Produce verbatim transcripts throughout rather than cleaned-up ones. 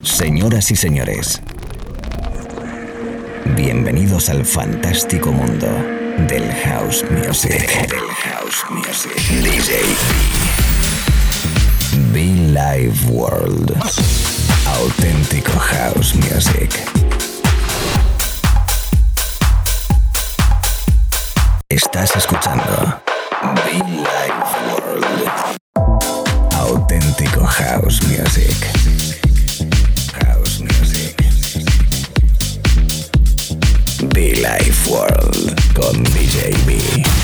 Señoras y señores, bienvenidos al fantástico mundo del house music. Del house music. D J B. Be-Live World. Auténtico house music. Estás escuchando Be-Live World. Auténtico house music. House music. Be-Live World con D J B.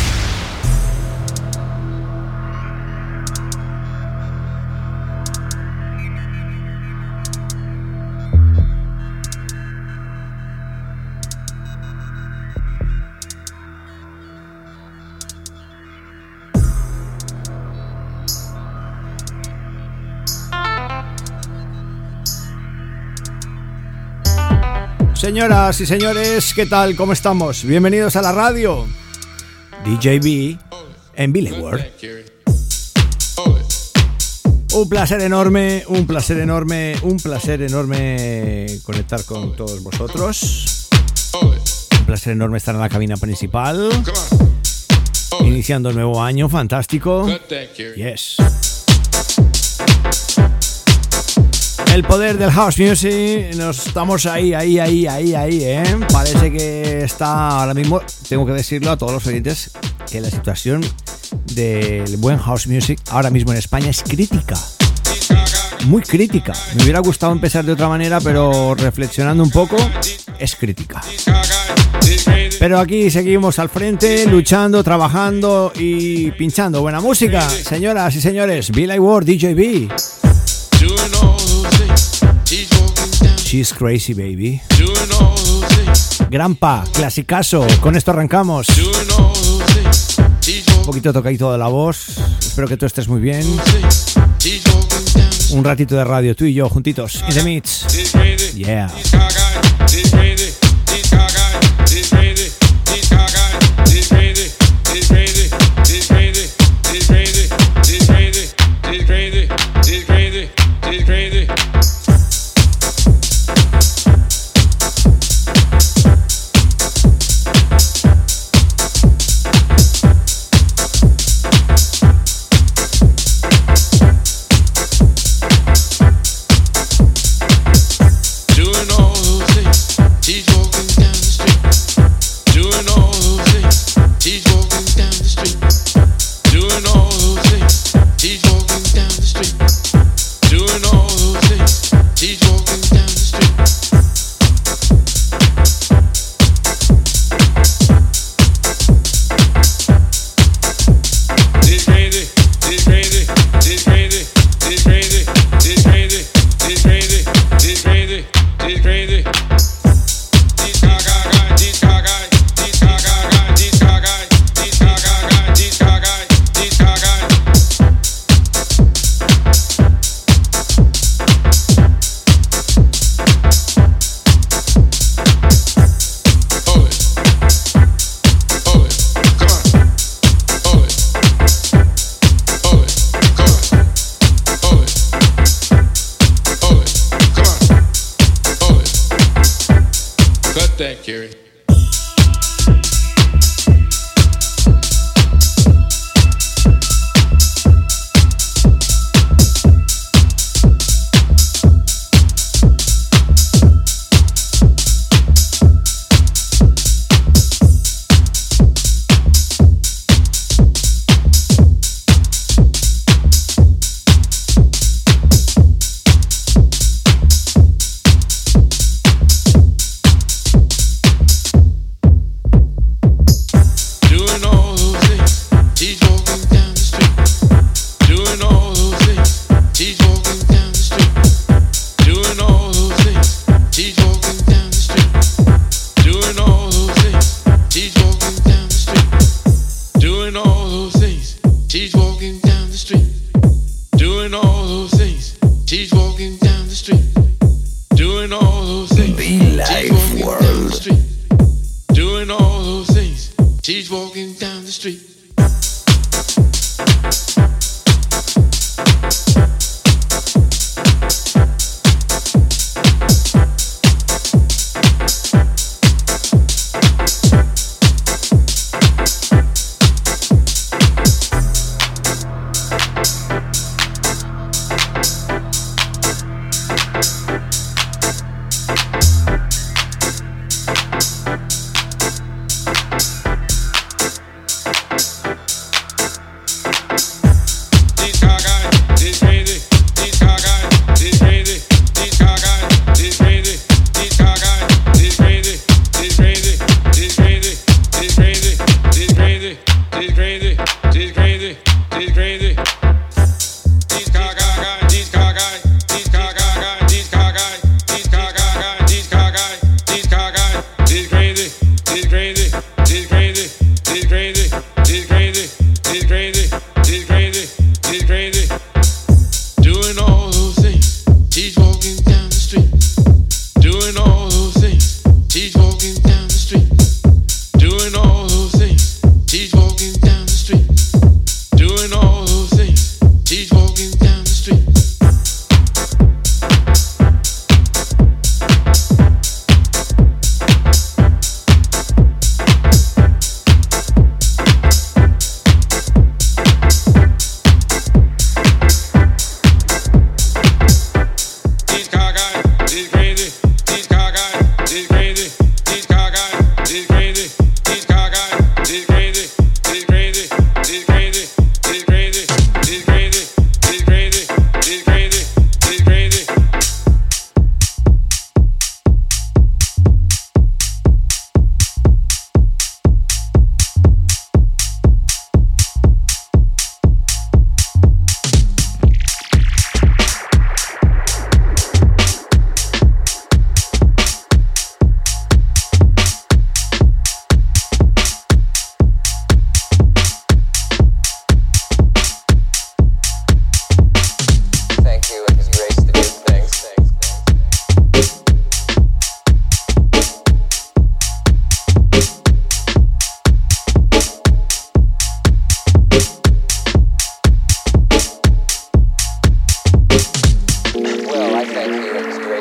Señoras y señores, ¿qué tal? ¿Cómo estamos? Bienvenidos a la radio. D J B en Be-Live World. Un placer enorme, un placer enorme, un placer enorme conectar con todos vosotros. Un placer enorme estar en la cabina principal. Iniciando el nuevo año, fantástico. Yes. El poder del house music, nos estamos ahí, ahí, ahí, ahí, ahí, ¿eh? Parece que está ahora mismo, tengo que decirlo a todos los oyentes, que la situación del buen house music ahora mismo en España es crítica. Muy crítica. Me hubiera gustado empezar de otra manera, pero reflexionando un poco, es crítica. Pero aquí seguimos al frente, luchando, trabajando y pinchando buena música. Señoras y señores, Be-Live World, D J B. She's crazy, baby. Grampa, clasicazo. Con esto arrancamos. Un poquito tocadito de la voz. Espero que tú estés muy bien. Un ratito de radio, tú y yo juntitos. In the mix. Yeah.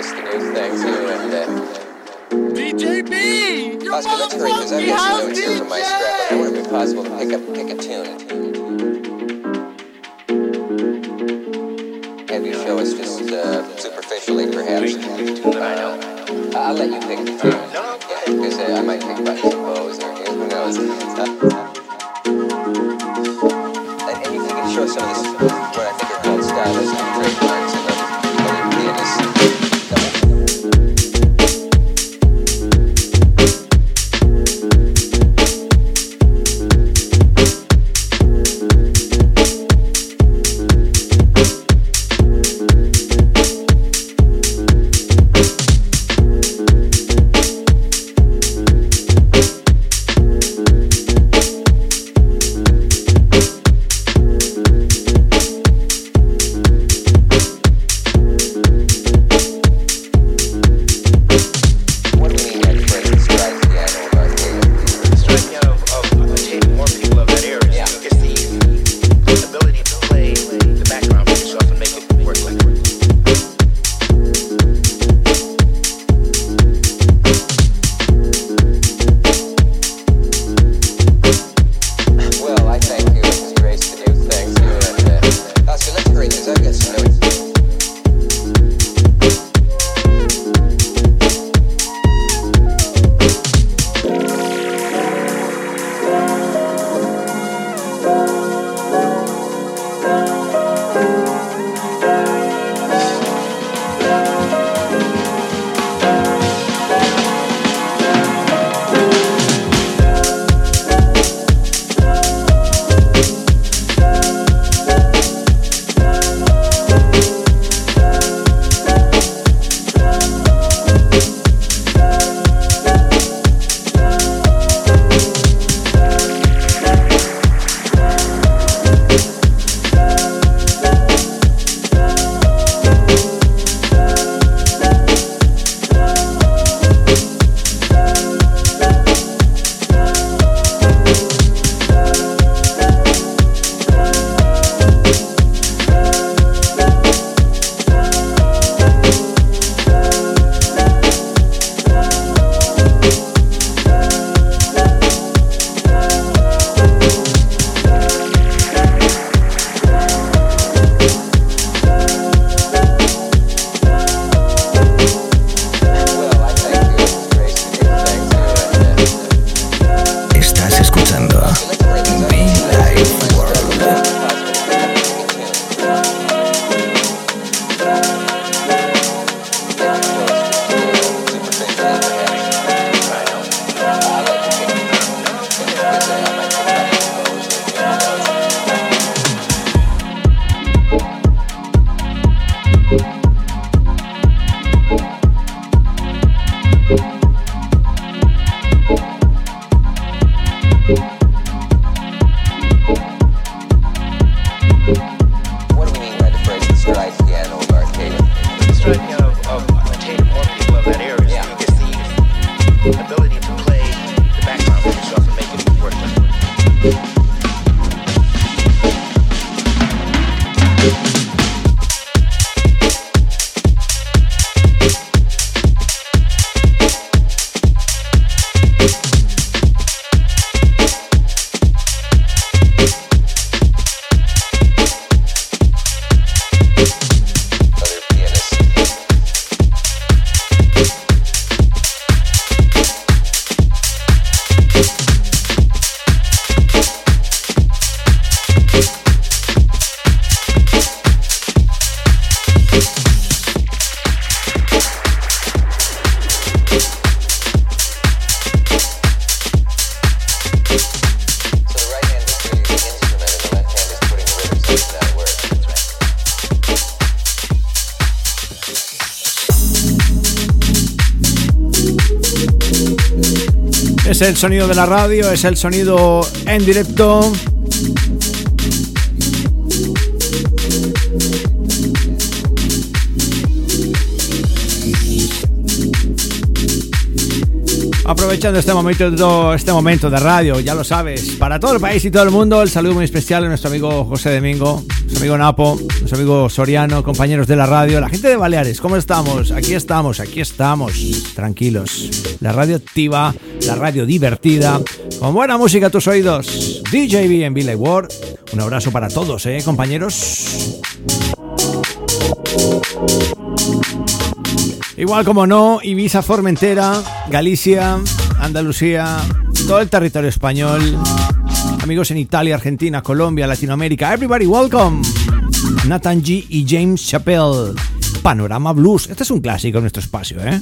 erase the new thing too, and uh, D J B, you Oscar, let's hurry, because I've got some notes here from my scrap, but I wonder if it's possible to pick up, pick a tune. Have you show us just uh, superficially, perhaps? I know. I'll let you pick the tune. No, yeah, because uh, I might pick by suppose, or who knows. Uh, and, and you can show some of this, what I think are called stylistic trademarks and other pianists. Es el sonido de la radio, es el sonido en directo. Aprovechando este momento, este momento de radio, ya lo sabes, para todo el país y todo el mundo, el saludo muy especial a nuestro amigo José Domingo, nuestro amigo Napo, nuestro amigo Soriano, compañeros de la radio, la gente de Baleares. ¿Cómo estamos? Aquí estamos, aquí estamos, tranquilos. La radio activa, la radio divertida, con buena música a tus oídos. D J B en Billy Ward. Un abrazo para todos, ¿eh, compañeros? Igual como no, Ibiza, Formentera, Galicia, Andalucía, todo el territorio español, amigos en Italia, Argentina, Colombia, Latinoamérica, everybody welcome. Nathan G y James Chappell, Panorama Blues. Este es un clásico en nuestro espacio, ¿eh?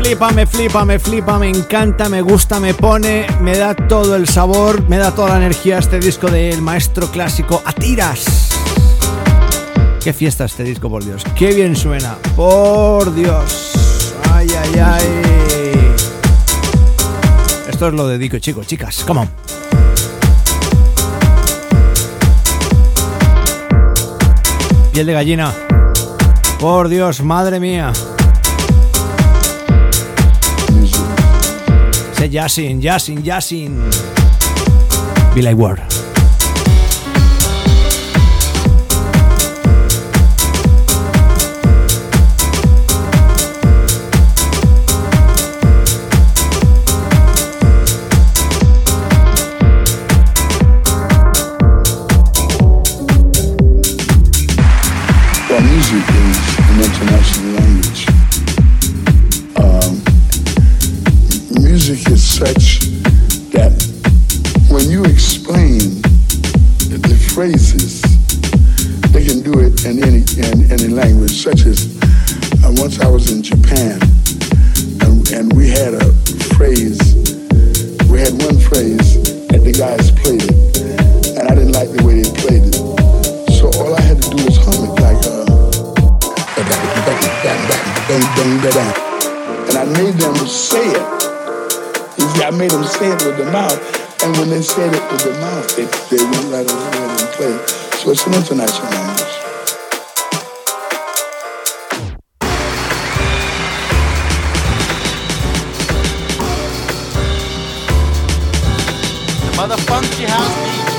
flipa, me flipa, me flipa, me encanta, me gusta, me pone, me da todo el sabor, me da toda la energía este disco del maestro clásico A Tiras. Qué fiesta este disco, por Dios, qué bien suena, por Dios. Ay, ay, ay. Esto os lo dedico, chicos, chicas, come on. Piel de gallina. Por Dios, madre mía. Say Yasin, Yasin, Yasin. Be like word. Music is an international language. Um, music is such that when you explain the phrases, they can do it in any in any language. Such as uh, once I was in Japan, and, and we had a phrase. We had one phrase that the guys played it, and I didn't like the way they played it. So all I had to do was hum it like a. And I made them say it. You see, I made them say it with the mouth. And when they said it with the mouth, they, they went right over there and played. So it's an international language. The mother funky house D J.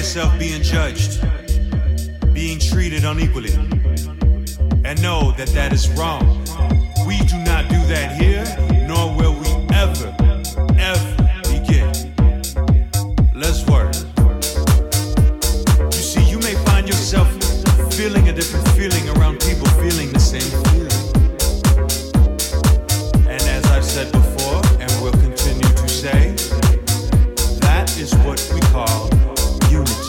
yourself being judged, being treated unequally, and know that that is wrong. We do not do that here, nor will we ever, ever begin. Let's work. You see, you may find yourself feeling a different feeling around people feeling the same feeling. And as I've said before, and will continue to say, that is what we call unity.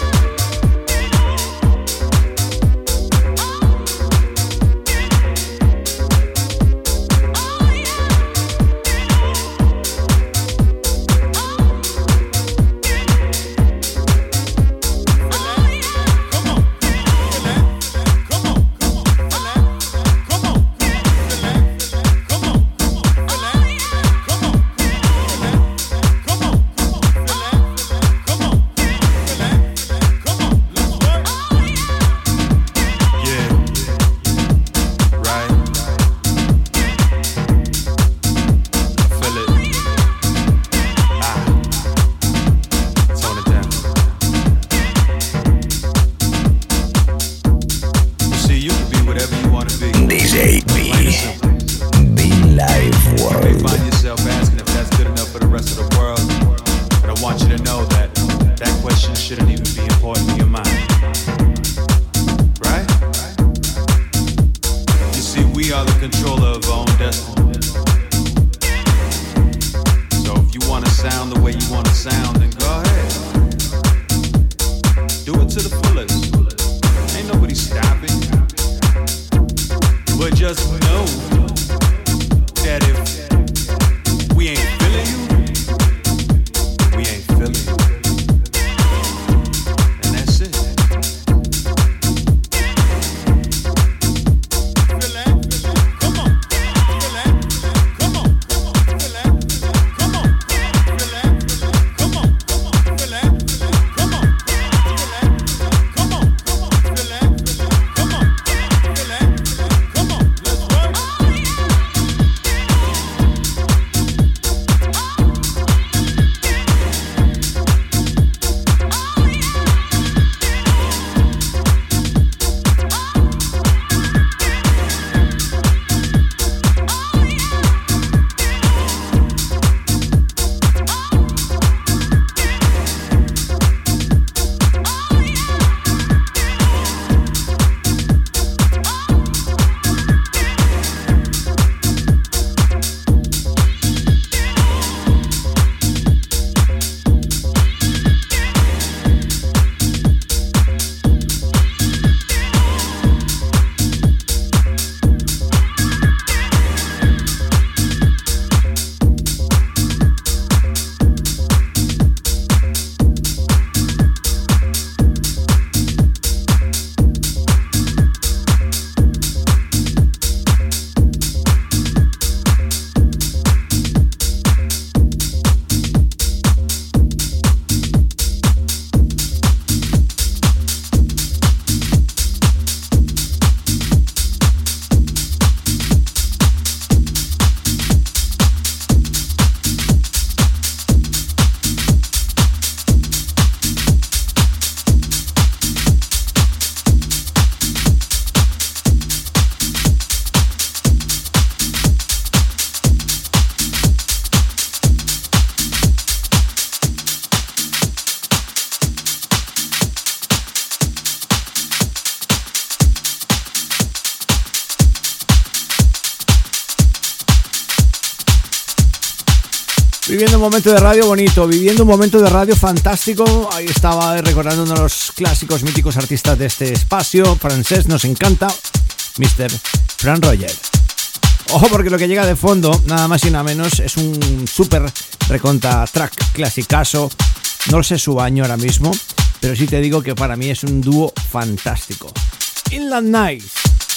Viviendo un momento de radio bonito, viviendo un momento de radio fantástico. Ahí estaba recordando uno de los clásicos míticos artistas de este espacio francés, nos encanta, mister Fran Roger. Ojo, porque lo que llega de fondo, nada más y nada menos, es un súper recontra track clasicazo. No sé su año ahora mismo, pero sí te digo que para mí es un dúo fantástico. Inland Nights,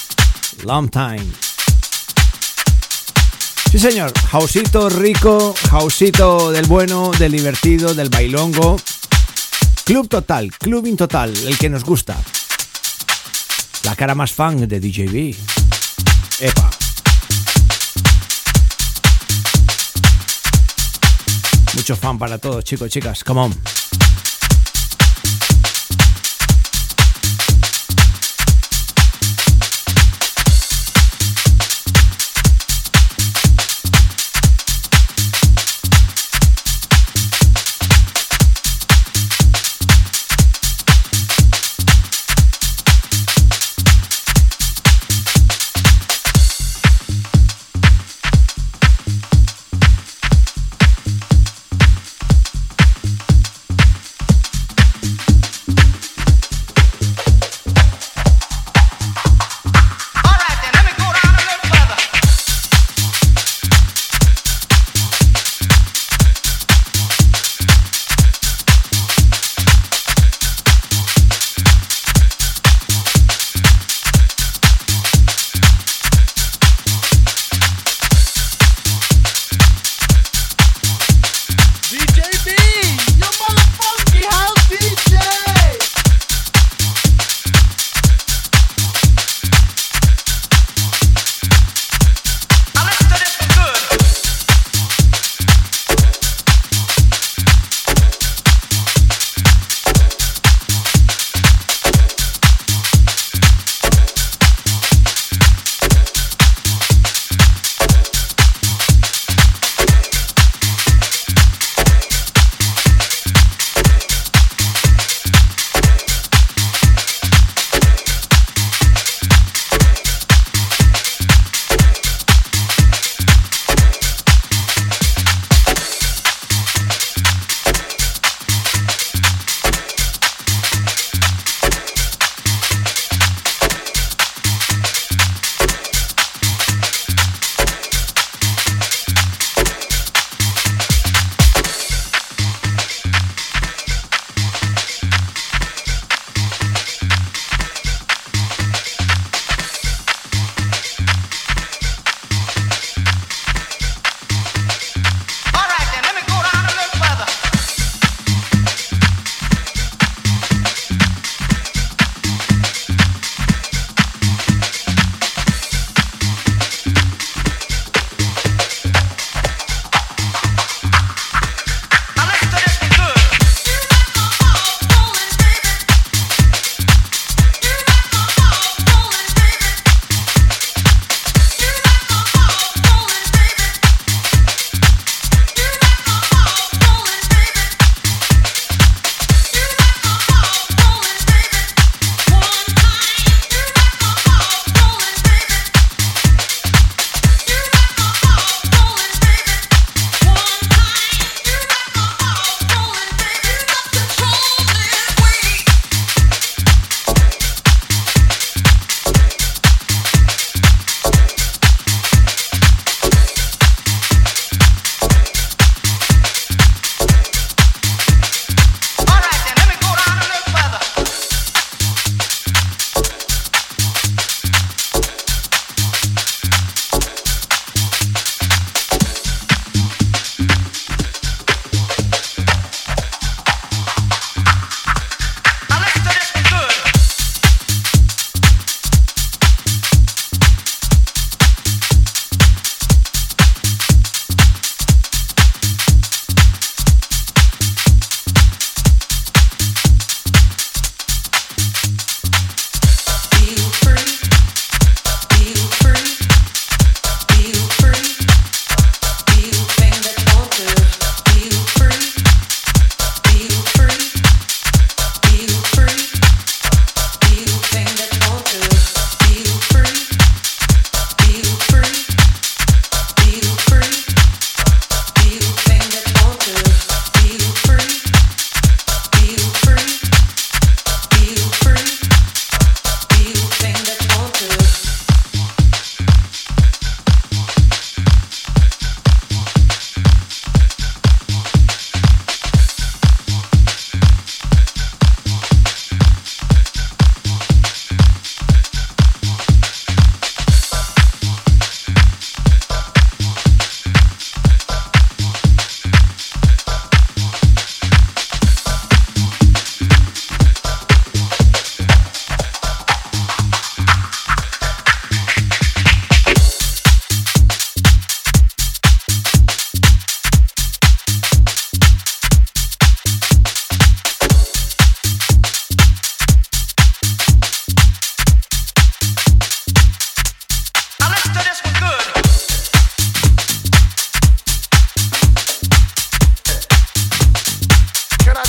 Long Time. Sí señor, houseito rico, houseito del bueno, del divertido, del bailongo. Club total, clubbing total, el que nos gusta. La cara más fan de D J B. Epa. Mucho fan para todos, chicos, chicas, come on.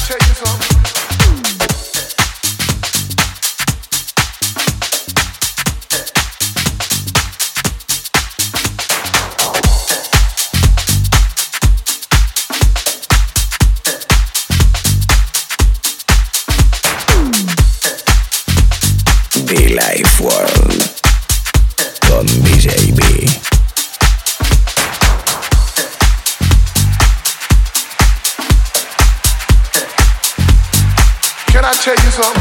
Life World con D J B. Can I tell you something?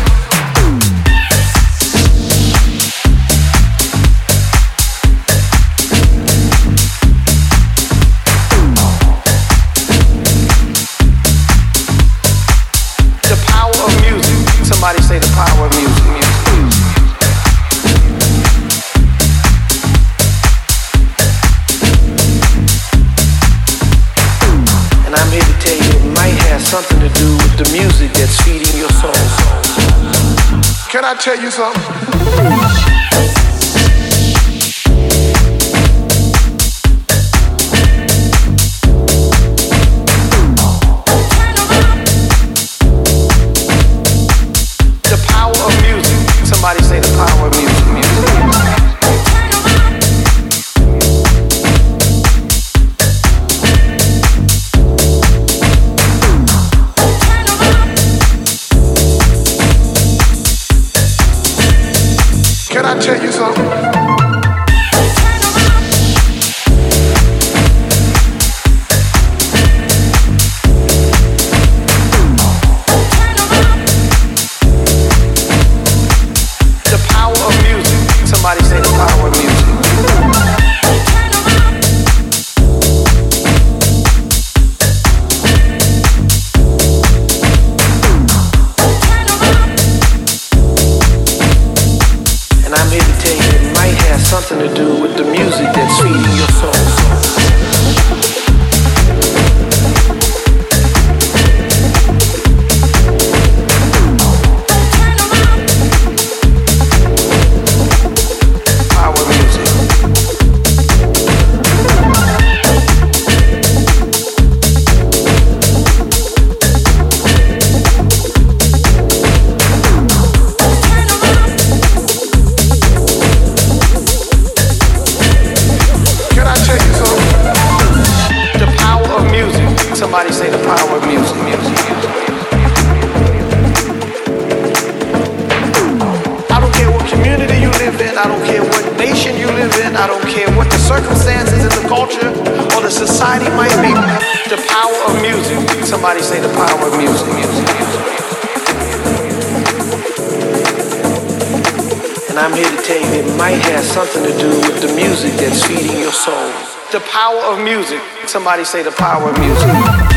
The power of music. Somebody say the power of music. Something to do with the music that's feeding your soul. Can I tell you something? The power of music. Somebody say the power of music. music. Can I tell you something? The power of music. Somebody say the power of music. Something to do with the music that's feeding your soul. Somebody say the power of music. music. I don't care what community you live in. I don't care what nation you live in. I don't care what the circumstances in the culture or the society might be. The power of music. Somebody say the power of music. music. And I'm here to tell you it might have something to do with the music that's feeding your soul. The power of music. Somebody say the power of music.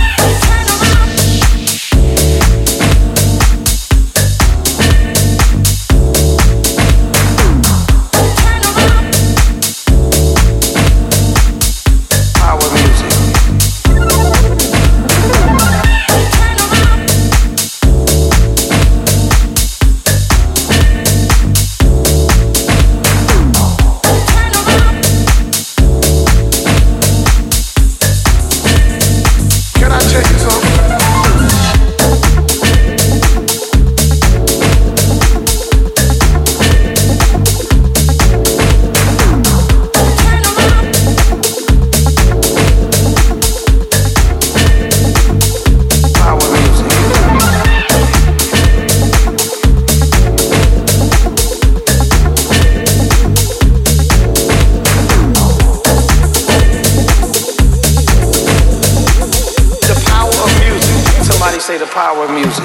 Say the power of music.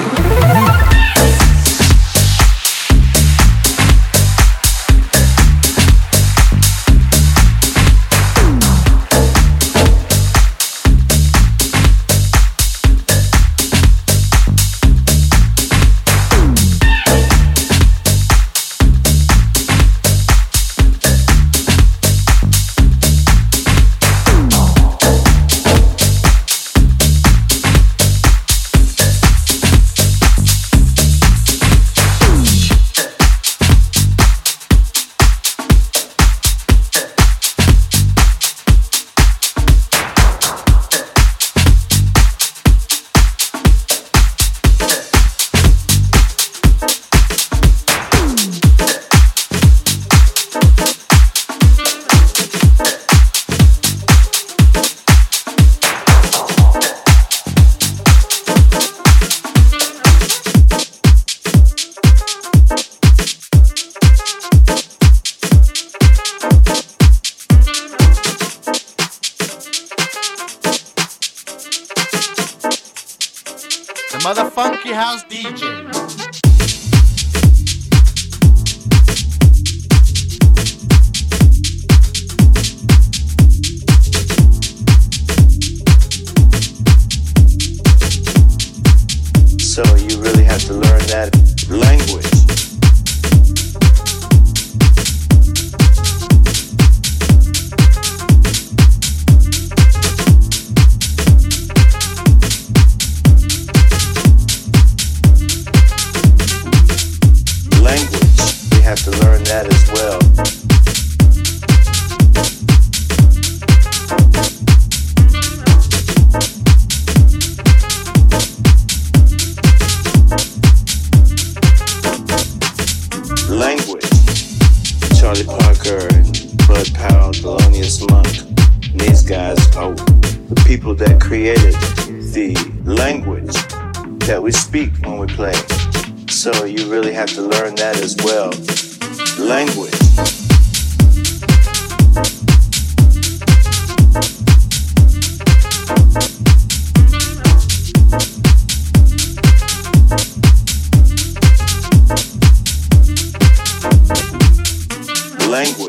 Mother Funky House D J. So you really have to learn that language. Language, we have to learn that as well. Language. Charlie Parker, Bud Powell, Thelonious Monk. And these guys are the people that created the language that we speak when we play. So you really have to learn that as well. Language. Language.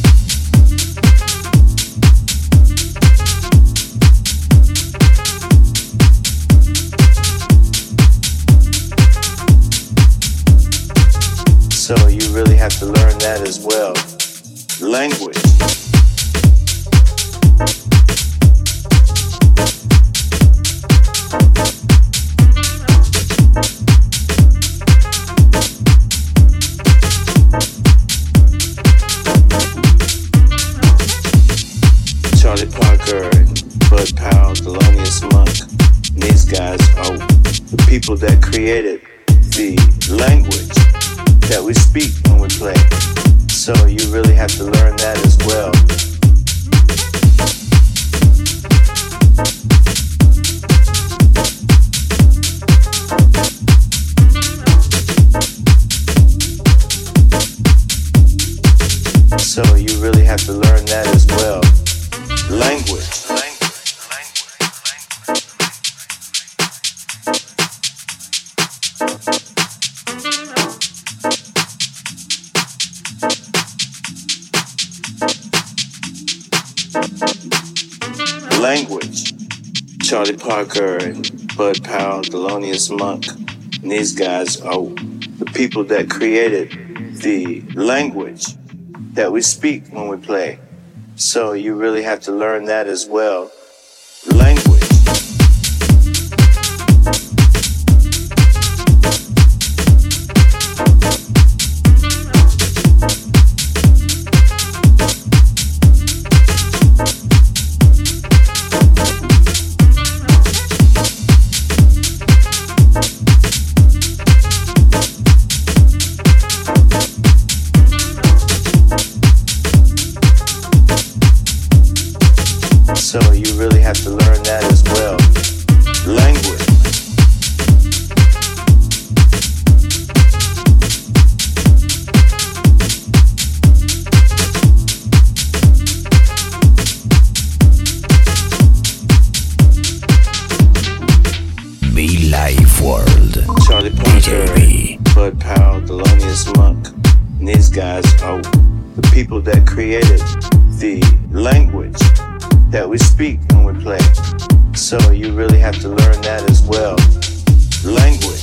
So you really have to learn that as well. Language. Charlie Parker, Bud Powell, Thelonious Monk. And these guys are the people that created the language that we speak when we play. So you really have to learn that as well. So you really have to learn that as well. Language. Language. Charlie Parker, Bud Powell, Thelonious Monk. And these guys are the people that created the language that we speak when we play. So you really have to learn that as well. Language. So you really have to learn that as well. Language. Be Life World. Charlie Parker, Bud Powell, Thelonious Monk. And these guys are the people that created the language that we speak when we play. So you really have to learn that as well. Language.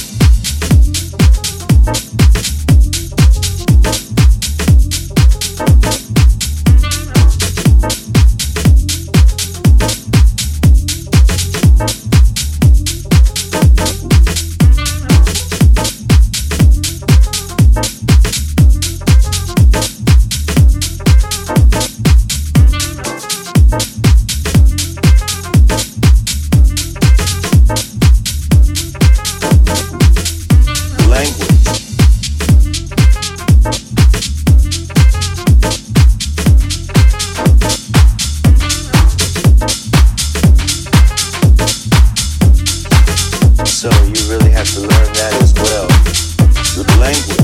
So you really have to learn that as well. Language.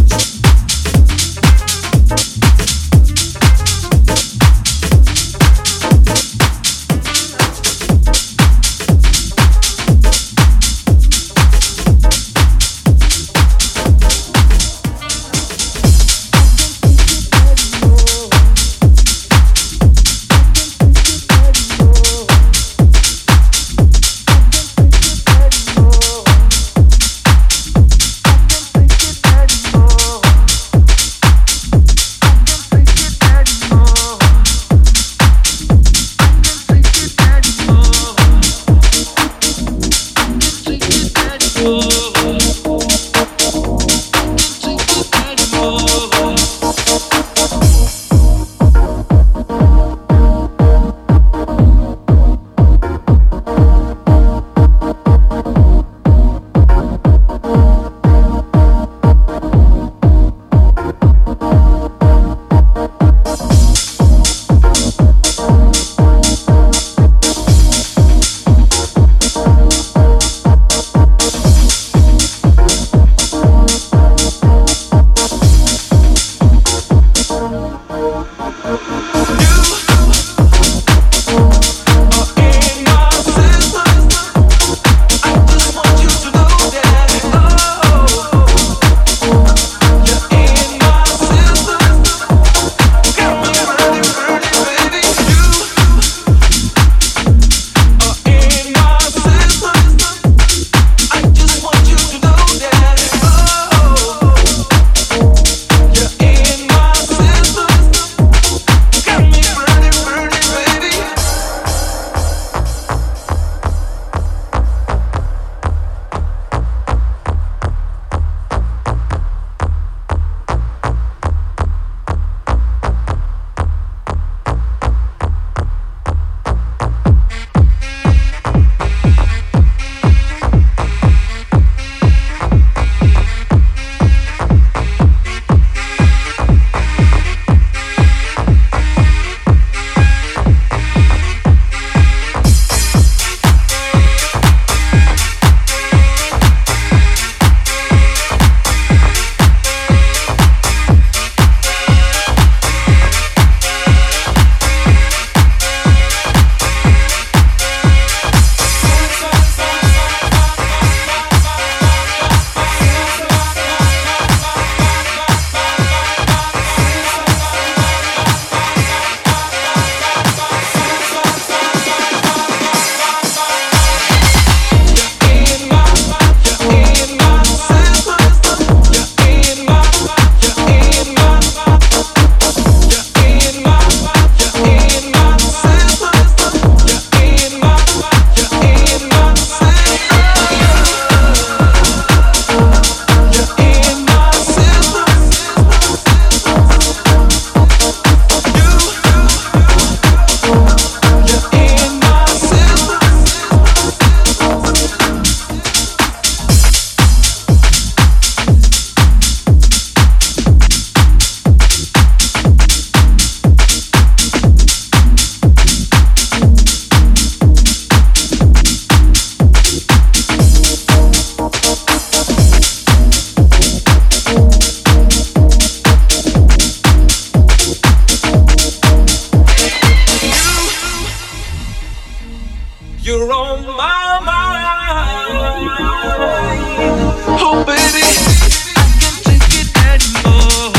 Oh baby, I can't take it anymore.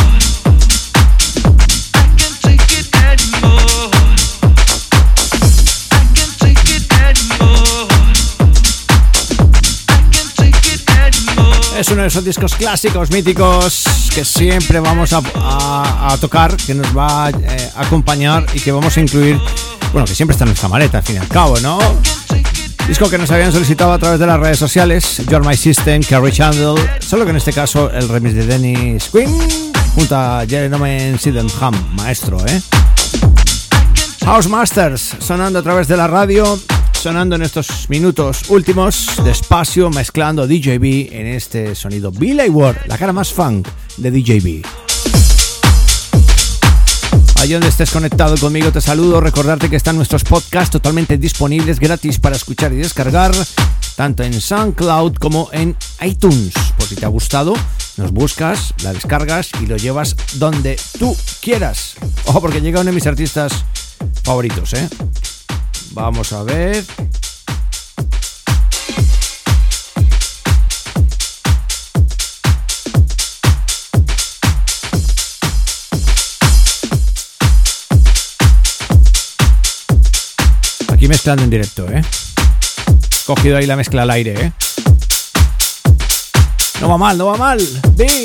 I can't take it anymore. I can't take it anymore. I can't take it anymore. Es uno de esos discos clásicos, míticos, que siempre vamos a, a, a tocar, que nos va a eh, acompañar y que vamos a incluir, bueno, que siempre está en nuestra maleta, al fin y al cabo, ¿no? Disco que nos habían solicitado a través de las redes sociales, You're My System, Carrie Chandler, solo que en este caso el remix de Dennis Quinn junto a Jeremy Sydenham, maestro, ¿eh? House Masters, sonando a través de la radio, sonando en estos minutos últimos, despacio, mezclando D J B en este sonido Billy Ward, la cara más funk de D J B. Allí donde estés conectado conmigo te saludo, recordarte que están nuestros podcasts totalmente disponibles gratis para escuchar y descargar, tanto en SoundCloud como en iTunes. Por si te ha gustado, nos buscas, la descargas y lo llevas donde tú quieras. Ojo, porque llega uno de mis artistas favoritos, ¿eh? Vamos a ver. Aquí mezclando en directo, ¿eh? Cogido ahí la mezcla al aire, ¿eh? No va mal, no va mal. ¡Bi!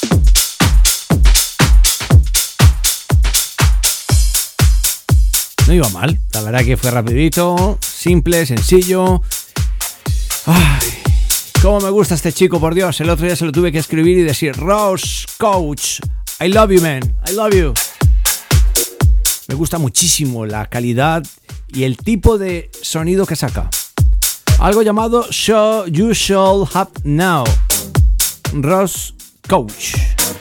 No iba mal, la verdad que fue rapidito, simple, sencillo. Ay, cómo me gusta este chico, por Dios. El otro día se lo tuve que escribir y decir: Ross Coach, I love you, man, I love you. Me gusta muchísimo la calidad y el tipo de sonido que saca. Algo llamado Show You Shall Have Now. Ross Coach.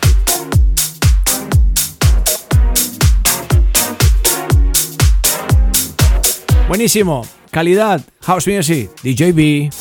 Buenísimo, calidad, House Music, D J B.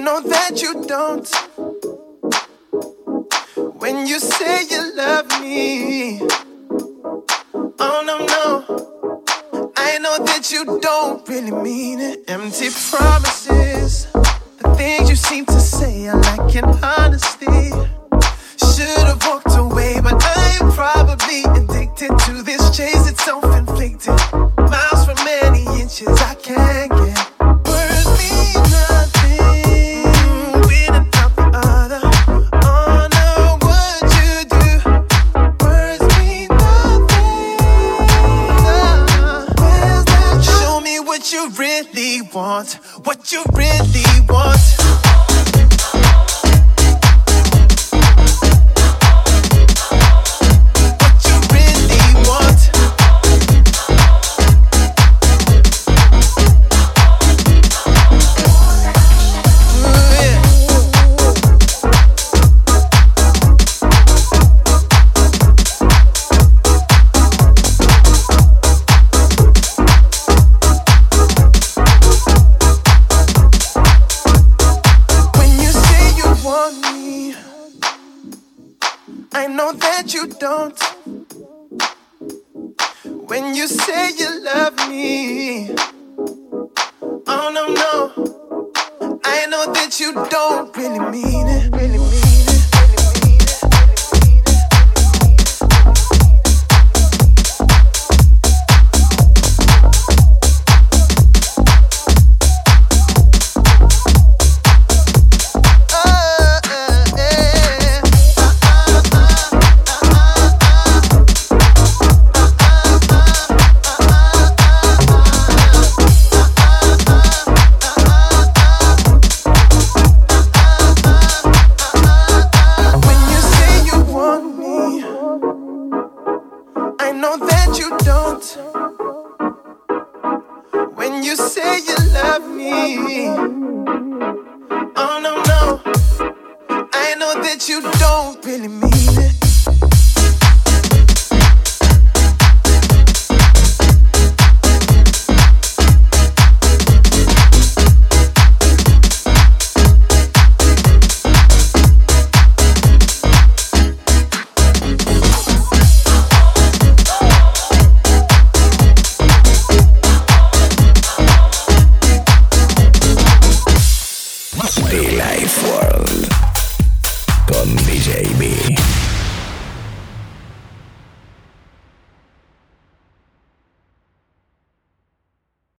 know that you don't. When you say you love me, oh no, no, I know that you don't really mean it. Empty promises, the things you seem to say are lacking honesty. Should've walked away, but I'm probably addicted to this chase. It's self-inflicted. Miles from many inches I can't get. Words mean nothing without the other. Oh no, what you do. Words mean nothing. Where's that? Show me what you really want. What you really want. You don't. When you say you love me, oh no, no, I know that you don't really mean it, really mean it. You don't really mean it. The Life World con D J B.